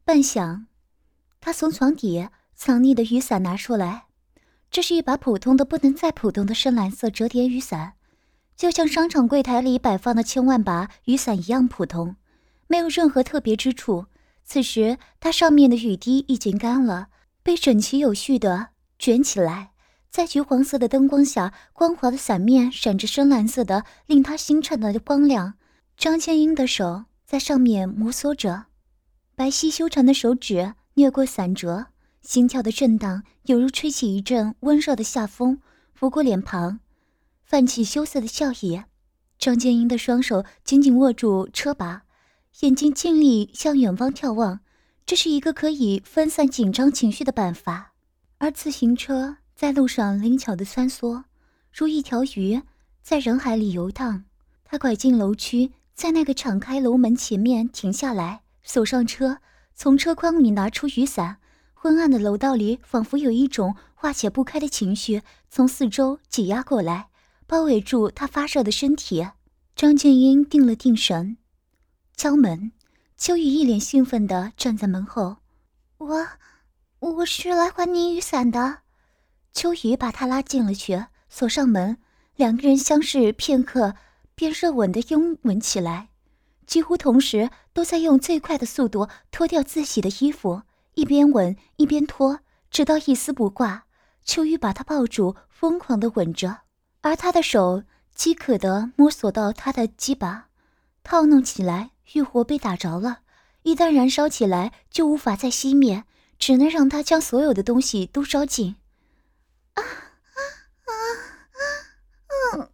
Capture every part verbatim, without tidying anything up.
半晌，他从床底藏匿的雨伞拿出来，这是一把普通的不能再普通的深蓝色折叠雨伞，就像商场柜台里摆放的千万把雨伞一样普通，没有任何特别之处。此时它上面的雨滴已经干了，被整齐有序地卷起来，在橘黄色的灯光下，光滑的伞面闪着深蓝色的令他心颤的光亮。张千英的手在上面摩挲着，白皙修长的手指掠过伞折，心跳的震荡犹如吹起一阵温热的夏风，拂过脸庞，泛起羞涩的笑意。张建英的双手紧紧握住车把，眼睛尽力向远方眺望，这是一个可以分散紧张情绪的办法。而自行车在路上灵巧地穿梭，如一条鱼在人海里游荡。他拐进楼区，在那个敞开楼门前面停下来，锁上车，从车筐里拿出雨伞。昏暗的楼道里仿佛有一种化解不开的情绪从四周挤压过来，包围住他发热的身体。张建英定了定神，敲门。秋雨一脸兴奋地站在门后。我我是来还你雨伞的。秋雨把他拉进了去，锁上门，两个人相视片刻，便热吻地拥吻起来，几乎同时都在用最快的速度脱掉自己的衣服，一边吻一边脱，直到一丝不挂。秋雨把他抱住，疯狂地吻着，而他的手饥渴地摸索到他的鸡巴，套弄起来。欲火被打着了，一旦燃烧起来就无法再熄灭，只能让他将所有的东西都烧尽。啊啊啊啊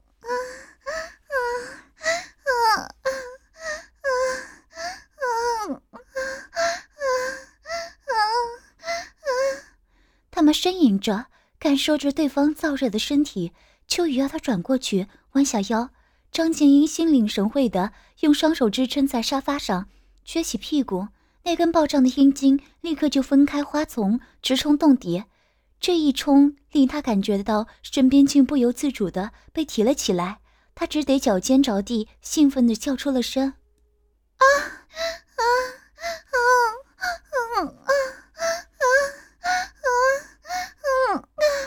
啊啊啊啊！他们呻吟着，感受着对方燥热的身体。秋雨要他转过去，弯下腰。张建英心领神会地用双手支撑在沙发上，撅起屁股，那根暴胀的阴茎立刻就分开花丛，直冲洞底。这一冲令他感觉到身边竟不由自主地被提了起来，他只得脚尖着地，兴奋地叫出了声：啊啊啊啊啊啊啊啊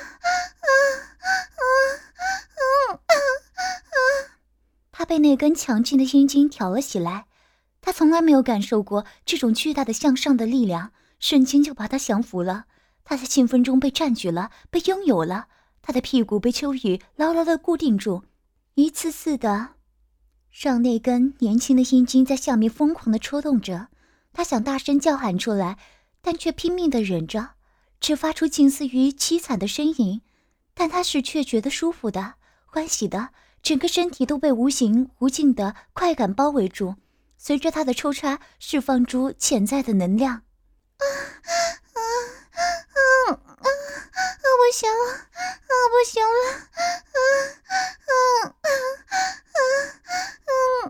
他被那根强劲的阴茎挑了起来，他从来没有感受过这种巨大的向上的力量，瞬间就把他降服了。他在兴奋中被占据了，被拥有了。他的屁股被秋雨牢牢地固定住，一次次的让那根年轻的阴茎在下面疯狂地抽动着。他想大声叫喊出来，但却拼命地忍着，只发出近似于凄惨的呻吟。但他是却觉得舒服的，欢喜的，整个身体都被无形无尽的快感包围住，随着他的抽插释放出潜在的能量。啊啊啊啊啊！不行了，啊不行了，啊啊啊啊啊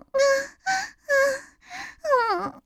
啊啊啊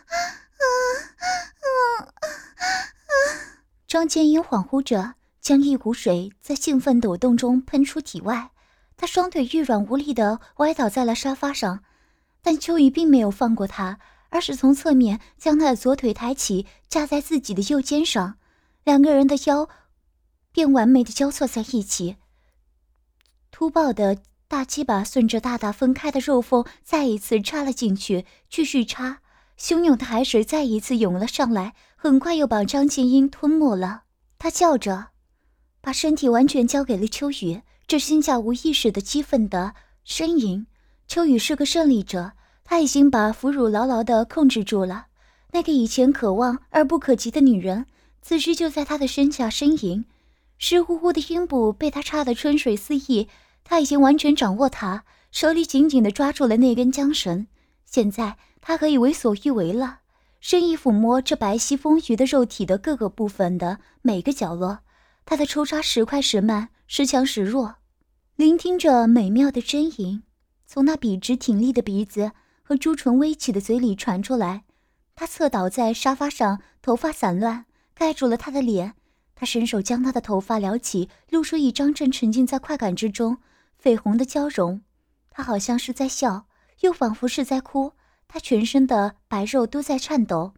啊啊！张建英恍惚着，将一股水在兴奋抖动中喷出体外。他双腿欲软无力地歪倒在了沙发上，但秋雨并没有放过他，而是从侧面将他的左腿抬起，架在自己的右肩上，两个人的腰便完美地交错在一起。粗暴的大鸡巴顺着大大分开的肉缝再一次插了进去，继续插，汹涌的海水再一次涌了上来，很快又把张建英吞没了。他叫着，把身体完全交给了秋雨。这心下无意识的激愤的呻吟。秋雨是个胜利者，他已经把俘虏牢牢地控制住了。那个以前可望而不可及的女人，此时就在他的身下呻吟。湿乎乎的阴部被他插得春水四溢，他已经完全掌握她，手里紧紧地抓住了那根缰绳。现在他可以为所欲为了，任意抚摸这白皙丰腴的肉体的各个部分的每个角落。他的抽插时快时慢，时强时弱，聆听着美妙的呻吟从那笔直挺立的鼻子和朱唇微起的嘴里传出来。他侧倒在沙发上，头发散乱，盖住了他的脸。他伸手将他的头发撩起，露出一张正沉浸在快感之中绯红的娇容。他好像是在笑，又仿佛是在哭，他全身的白肉都在颤抖，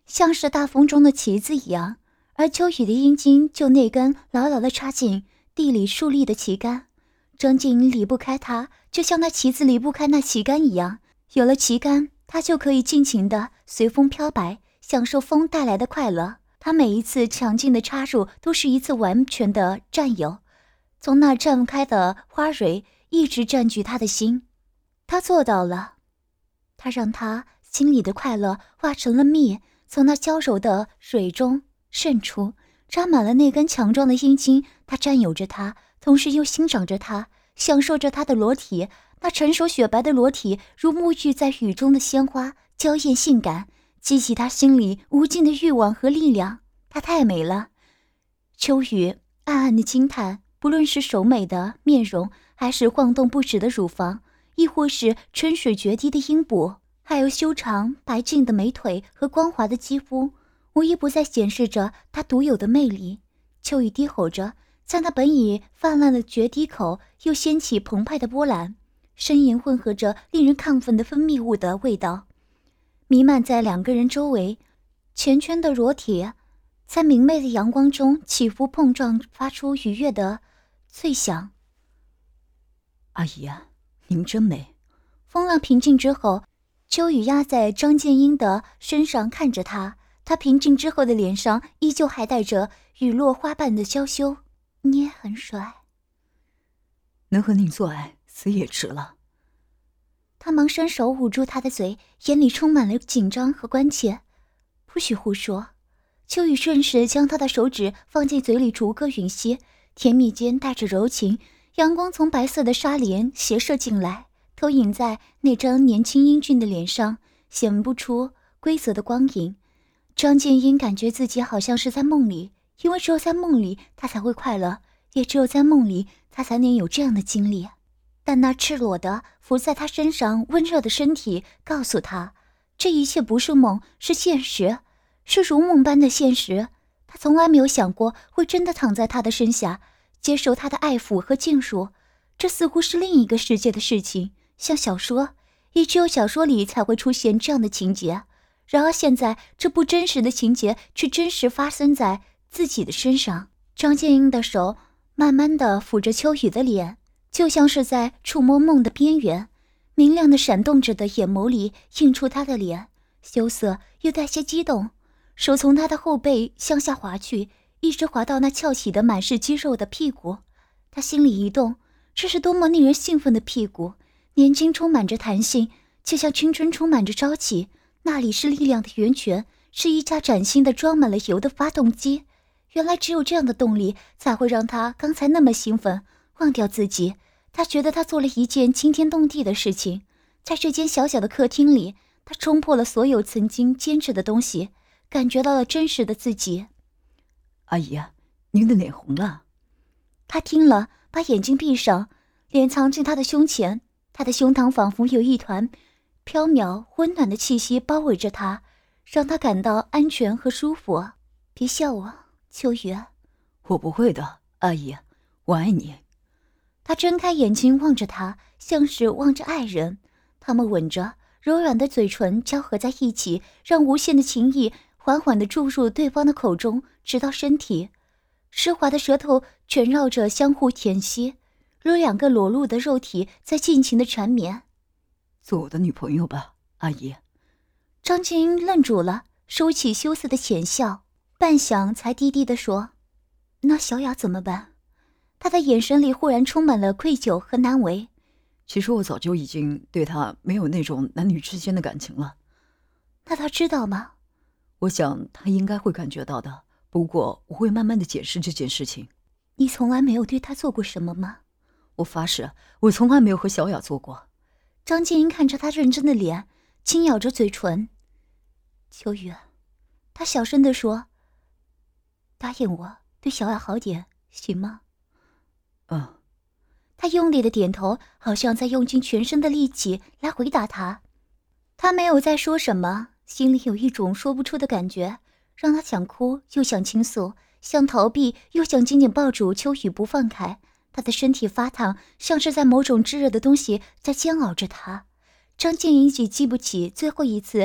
像是大风中的旗子一样，而秋雨的阴茎就那根牢牢地插进地里竖立的旗杆。张静离不开它，就像那旗子离不开那旗杆一样。有了旗杆，它就可以尽情地随风飘摆，享受风带来的快乐。他每一次强劲的插入都是一次完全的占有，从那绽开的花蕊一直占据他的心。他做到了，他让他心里的快乐化成了蜜，从那娇柔的蕊中渗出，沾满了那根强壮的阴茎。他占有着它，同时又欣赏着它，享受着它的裸体。那成熟雪白的裸体如沐浴在雨中的鲜花，娇艳性感，激起他心里无尽的欲望和力量。她太美了。秋雨暗暗的惊叹，不论是柔美的面容，还是晃动不止的乳房，亦或是春水决堤的阴部，还有修长白净的美腿和光滑的肌肤，无一不再显示着她独有的魅力。秋雨低吼着，在那本已泛滥的决堤口又掀起澎湃的波澜，呻吟混合着令人亢奋的分泌物的味道，弥漫在两个人周围。前圈的裸体在明媚的阳光中起伏碰撞，发出愉悦的脆响。 阿姨啊，您真美。 风浪平静之后，秋雨压在张建英的身上看着他，他平静之后的脸上依旧还带着雨落花瓣的娇羞。你也很帅， 能和你做爱死也值了。 他忙伸手捂住他的嘴，眼里充满了紧张和关切。不许胡说。秋雨顺势将他的手指放进嘴里逐个吮吸，甜蜜间带着柔情。阳光从白色的纱帘斜射进来，投影在那张年轻英俊的脸上，显不出规则的光影。张建英感觉自己好像是在梦里，因为只有在梦里他才会快乐，也只有在梦里他才能有这样的经历。但那赤裸的伏在他身上温热的身体告诉他，这一切不是梦，是现实，是如梦般的现实。他从来没有想过会真的躺在他的身下，接受他的爱抚和进入，这似乎是另一个世界的事情，像小说，也只有小说里才会出现这样的情节。然而现在这不真实的情节却真实发生在自己的身上。张建英的手慢慢地抚着秋雨的脸，就像是在触摸梦的边缘，明亮的闪动着的眼眸里映出他的脸，羞涩又带些激动。手从他的后背向下滑去，一直滑到那翘起的满是肌肉的屁股。他心里一动，这是多么令人兴奋的屁股，年轻充满着弹性，就像青春充满着朝气。那里是力量的源泉，是一架崭新的装满了油的发动机。原来只有这样的动力才会让他刚才那么兴奋，忘掉自己。他觉得他做了一件惊天动地的事情。在这间小小的客厅里，他冲破了所有曾经坚持的东西，感觉到了真实的自己。 阿姨啊，您的脸红了。 他听了，把眼睛闭上，脸藏进他的胸前。他的胸膛仿佛有一团飘渺温暖的气息包围着他，让他感到安全和舒服。别笑我，秋雨。 我不会的，阿姨，我爱你。 他睁开眼睛望着他，像是望着爱人。他们吻着，柔软的嘴唇交合在一起，让无限的情意缓缓地注入对方的口中，直到身体。湿滑的舌头缠绕着相互舔吸，如两个裸露的肉体在尽情的缠绵。 做我的女朋友吧，阿姨。 张静英愣住了，收起羞涩的浅笑，半晌才低低地说：那小雅怎么办？他的眼神里忽然充满了愧疚和难为。 其实我早就已经对她没有那种男女之间的感情了。 那他知道吗？ 我想他应该会感觉到的，不过我会慢慢的解释这件事情。 你从来没有对他做过什么吗？ 我发誓，我从来没有和小雅做过。 张静英看着他认真的脸，轻咬着嘴唇。秋雨，他小声地说，答应我对小雅好点，行吗？ 嗯。 他用力的点头，好像在用尽全身的力气来回答他。他没有再说什么，心里有一种说不出的感觉，让他想哭又想倾诉，想逃避又想紧紧抱住秋雨不放开。他的身体发烫，像是在某种炙热的东西在煎熬着他。张静怡已记不起最后一次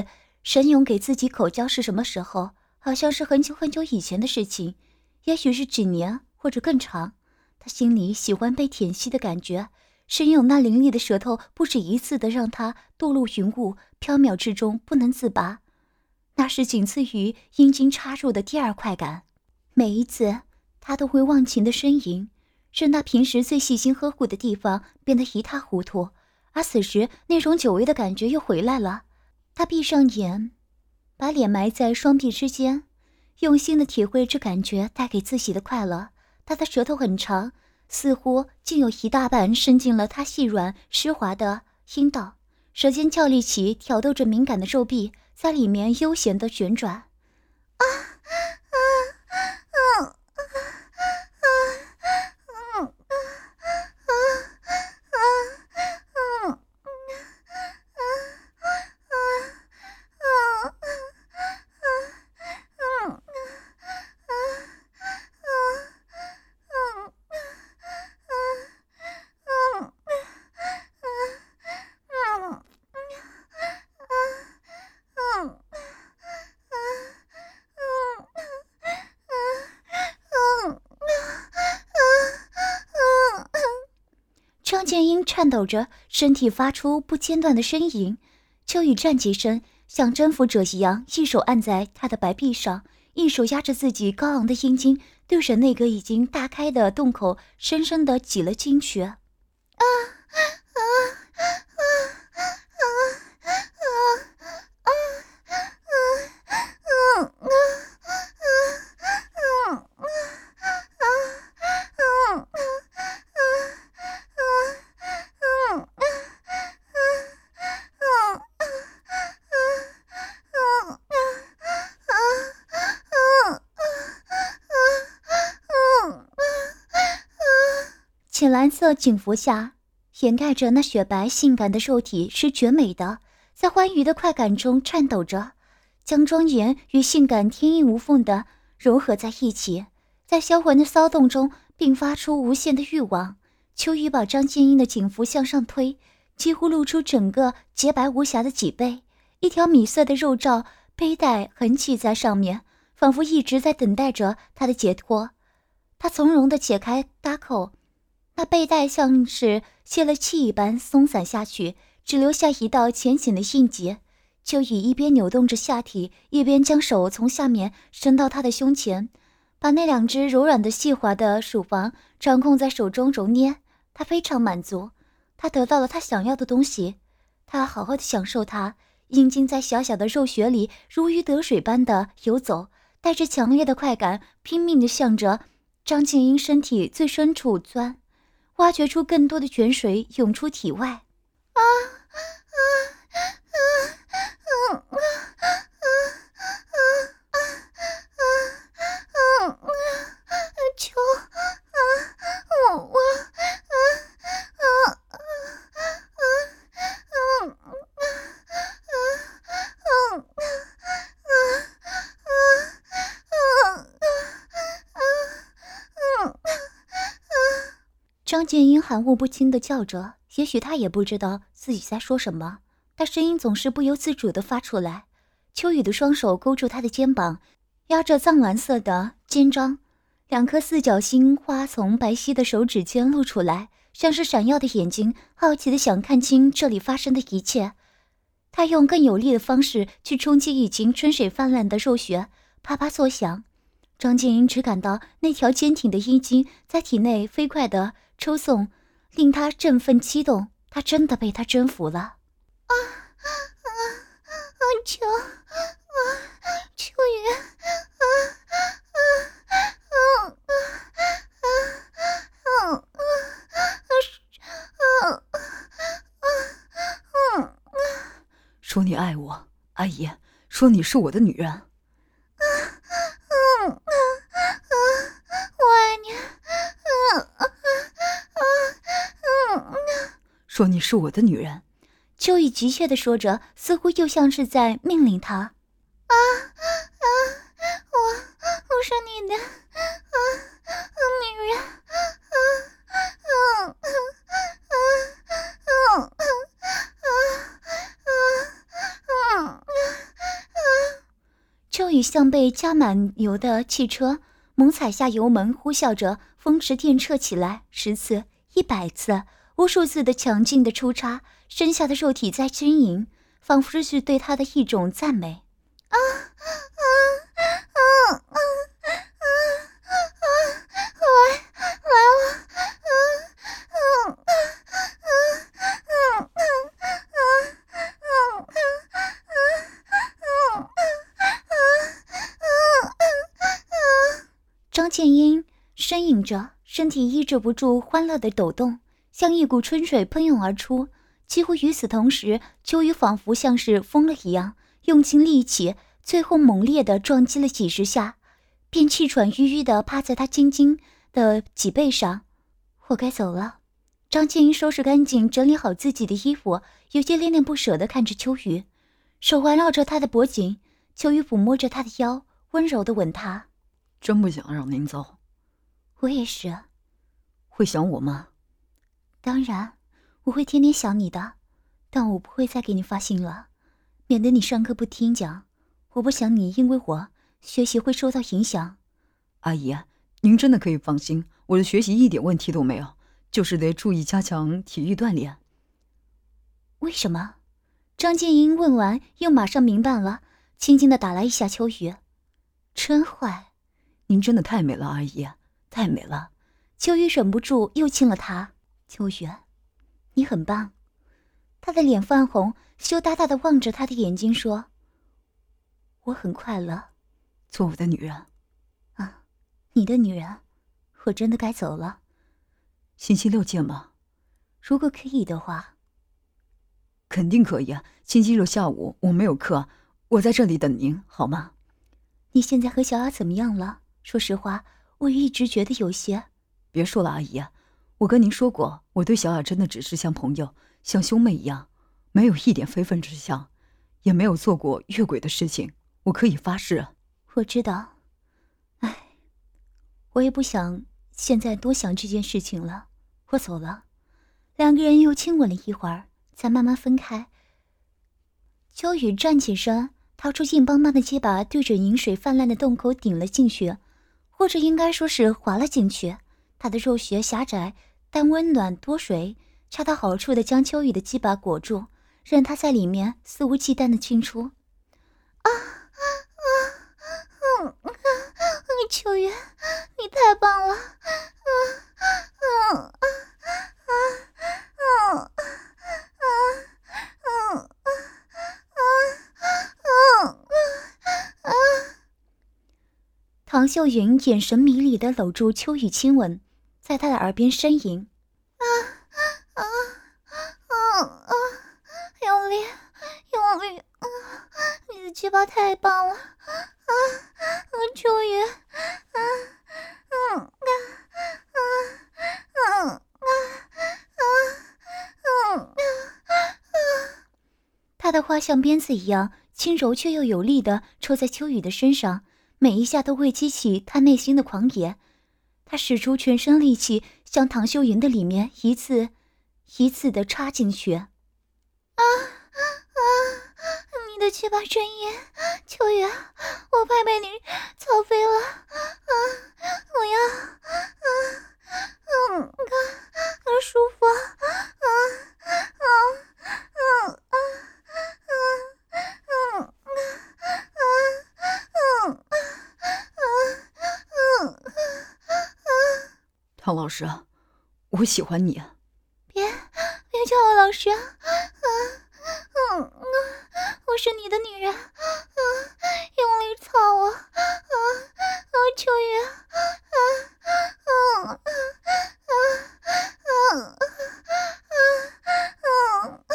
沈勇给自己口交是什么时候？好像是很久很久以前的事情，也许是几年或者更长。他心里喜欢被舔吸的感觉，沈勇那凌厉的舌头不止一次的让他堕入云雾，缥缈之中不能自拔。那是仅次于阴茎插入的第二快感。每一次他都会忘情的呻吟，使那平时最细心呵护的地方变得一塌糊涂。而此时那种久违的感觉又回来了。他闭上眼，把脸埋在双臂之间，用心的体会这感觉带给自己的快乐。他的舌头很长，似乎竟有一大半伸进了他细软湿滑的阴道，舌尖跳立起，挑逗着敏感的肉壁，在里面悠闲地旋转。啊啊啊啊啊啊啊张建英颤抖着，身体发出不间断的呻吟。秋雨站起身，像征服者一样，一手按在他的白臂上，一手压着自己高昂的阴茎，对着那个已经大开的洞口深深地挤了进去。啊啊啊啊啊啊啊啊啊啊！浅蓝色警服下掩盖着那雪白性感的肉体是绝美的，在欢愉的快感中颤抖着，将庄严与性感天衣无缝地融合在一起，在销魂的骚动中并发出无限的欲望。秋雨把张建英的警服向上推，几乎露出整个洁白无瑕的脊背，一条米色的肉罩背带横系在上面，仿佛一直在等待着他的解脱。他从容地解开搭扣，那背带像是泄了气一般松散下去，只留下一道浅浅的印记。秋雨一边扭动着下体，一边将手从下面伸到他的胸前，把那两只柔软的细滑的乳房掌控在手中揉捏。他非常满足，他得到了他想要的东西。他好好的享受它，阴茎在小小的肉穴里如鱼得水般的游走，带着强烈的快感，拼命地向着张静英身体最深处钻，挖掘出更多的泉水涌出体外。啊啊啊啊啊啊啊啊啊啊！求啊我我啊啊啊啊啊啊啊啊！张建英含糊不清地叫着，也许他也不知道自己在说什么，但声音总是不由自主地发出来。秋雨的双手勾住他的肩膀，压着藏蓝色的肩章，两颗四角星花从白皙的手指间露出来，像是闪耀的眼睛，好奇地想看清这里发生的一切。他用更有力的方式去冲击已经春水泛滥的肉穴，啪啪作响。张静英只感到那条坚挺的阴茎在体内飞快地抽送，令他振奋激动。他真的被他征服了。啊啊啊！秋啊，秋雨啊啊啊啊啊啊啊啊啊啊！ 说你爱我，阿姨，说你是我的女人。啊嗯啊啊！我爱你。啊啊啊啊啊！ 说你是我的女人。 秋雨急切地说着，似乎又像是在命令他。啊啊！我我是你的啊啊女人。啊啊啊啊啊啊啊啊啊！ 像被加满油的汽车，猛踩下油门，呼啸着风驰电掣起来，十次、一百次、无数次的强劲的出插，身下的肉体在呻吟，仿佛是对他的一种赞美。啊啊啊啊啊啊啊！来来了！啊啊啊啊啊啊啊啊啊啊！张建英呻吟着，身体抑制不住欢乐的抖动，像一股春水喷涌而出。几乎与此同时，秋雨仿佛像是疯了一样，用尽力气，最后猛烈地撞击了几十下，便气喘吁吁地趴在他晶晶的脊背上。我该走了。张建英收拾干净，整理好自己的衣服，有些恋恋不舍地看着秋雨，手环绕着他的脖颈。秋雨抚摸着他的腰，温柔地吻他。 真不想让您走。 我也是。 会想我吗？ 当然，我会天天想你的，但我不会再给你发信了，免得你上课不听讲。我不想你因为我学习会受到影响。 阿姨，您真的可以放心，我的学习一点问题都没有，就是得注意加强体育锻炼。 为什么？张建英问完，又马上明白了，轻轻地打了一下秋雨。真坏。 您真的太美了，阿姨，太美了。 秋雨忍不住又亲了她。秋雨，你很棒。他的脸泛红，羞答答地望着他的眼睛说：我很快乐。 做我的女人。 啊，你的女人。我真的该走了。 星期六见吧。 如果可以的话。 肯定可以啊，星期六下午我没有课，我在这里等您，好吗？ 你现在和小雅怎么样了？说实话，我一直觉得有些…… 别说了，阿姨，我跟您说过，我对小雅真的只是像朋友，像兄妹一样，没有一点非分之想，也没有做过越轨的事情，我可以发誓。 我知道。唉，我也不想现在多想这件事情了。我走了。两个人又亲吻了一会儿，才慢慢分开。秋雨站起身，掏出硬邦邦的鸡巴，对着饮水泛滥的洞口顶了进去，或者应该说是滑了进去。他的肉穴狭窄，但温暖多水，恰到好处地将秋雨的鸡巴裹住，任他在里面肆无忌惮地进出。啊啊啊！嗯，秋雨，你太棒了！啊啊啊啊啊啊啊啊啊啊！唐秀云眼神迷离地搂住秋雨亲吻，在他的耳边呻吟：啊啊啊啊！用力用力！啊，你的鸡巴太棒了！啊啊，秋雨！啊嗯啊啊啊啊啊啊啊！他的花像鞭子一样轻柔却又有力地抽在秋雨的身上，每一下都会激起他内心的狂野。他使出全身力气向唐秀云的里面一次一次地插进去。啊啊！你的鸡巴真硬，秋雨，我快被你操飞了！啊，我要啊嗯啊啊舒服！啊啊啊啊啊啊啊啊啊啊！ 唐老师，我喜欢你。 别别叫我老师！啊嗯啊！我是你的女人！啊，用力操我！啊啊！秋雨！啊啊啊啊啊啊啊啊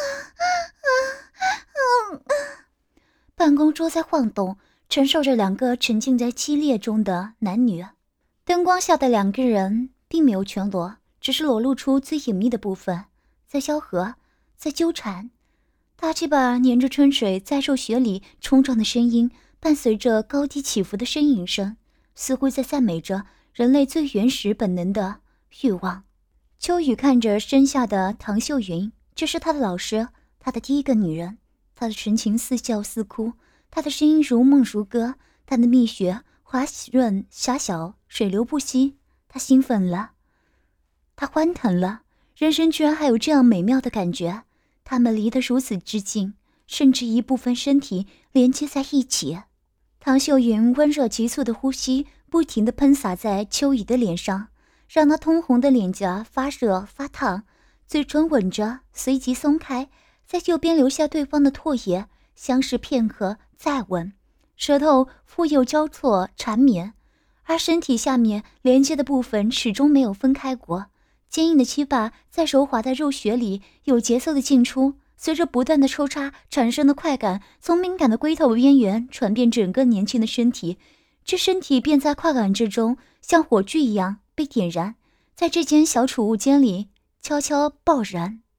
啊！办公桌在晃动，承受着两个沉浸在激烈中的男女。灯光下的两个人并没有全裸，只是裸露出最隐秘的部分，在交合，在纠缠。大鸡巴粘着春水，在肉穴里冲撞的声音，伴随着高低起伏的呻吟声，似乎在赞美着人类最原始本能的欲望。秋雨看着身下的唐秀云，这是他的老师，他的第一个女人。他的神情似笑似哭，他的声音如梦如歌， 他的蜜穴滑润狭小，水流不息。他兴奋了，他欢腾了，人生居然还有这样美妙的感觉。他们离得如此之近，甚至一部分身体连接在一起。唐秀云温热急促的呼吸不停地喷洒在秋雨的脸上，让她通红的脸颊发热发烫，嘴唇吻着，随即松开，在右边留下对方的唾液，相视片刻，再吻，舌头复又交错缠绵，而身体下面连接的部分始终没有分开过。坚硬的鸡巴在柔滑的肉穴里有节奏的进出，随着不断的抽插产生的快感从敏感的龟头边缘传遍整个年轻的身体，这身体便在快感之中像火炬一样被点燃，在这间小储物间里悄悄爆燃。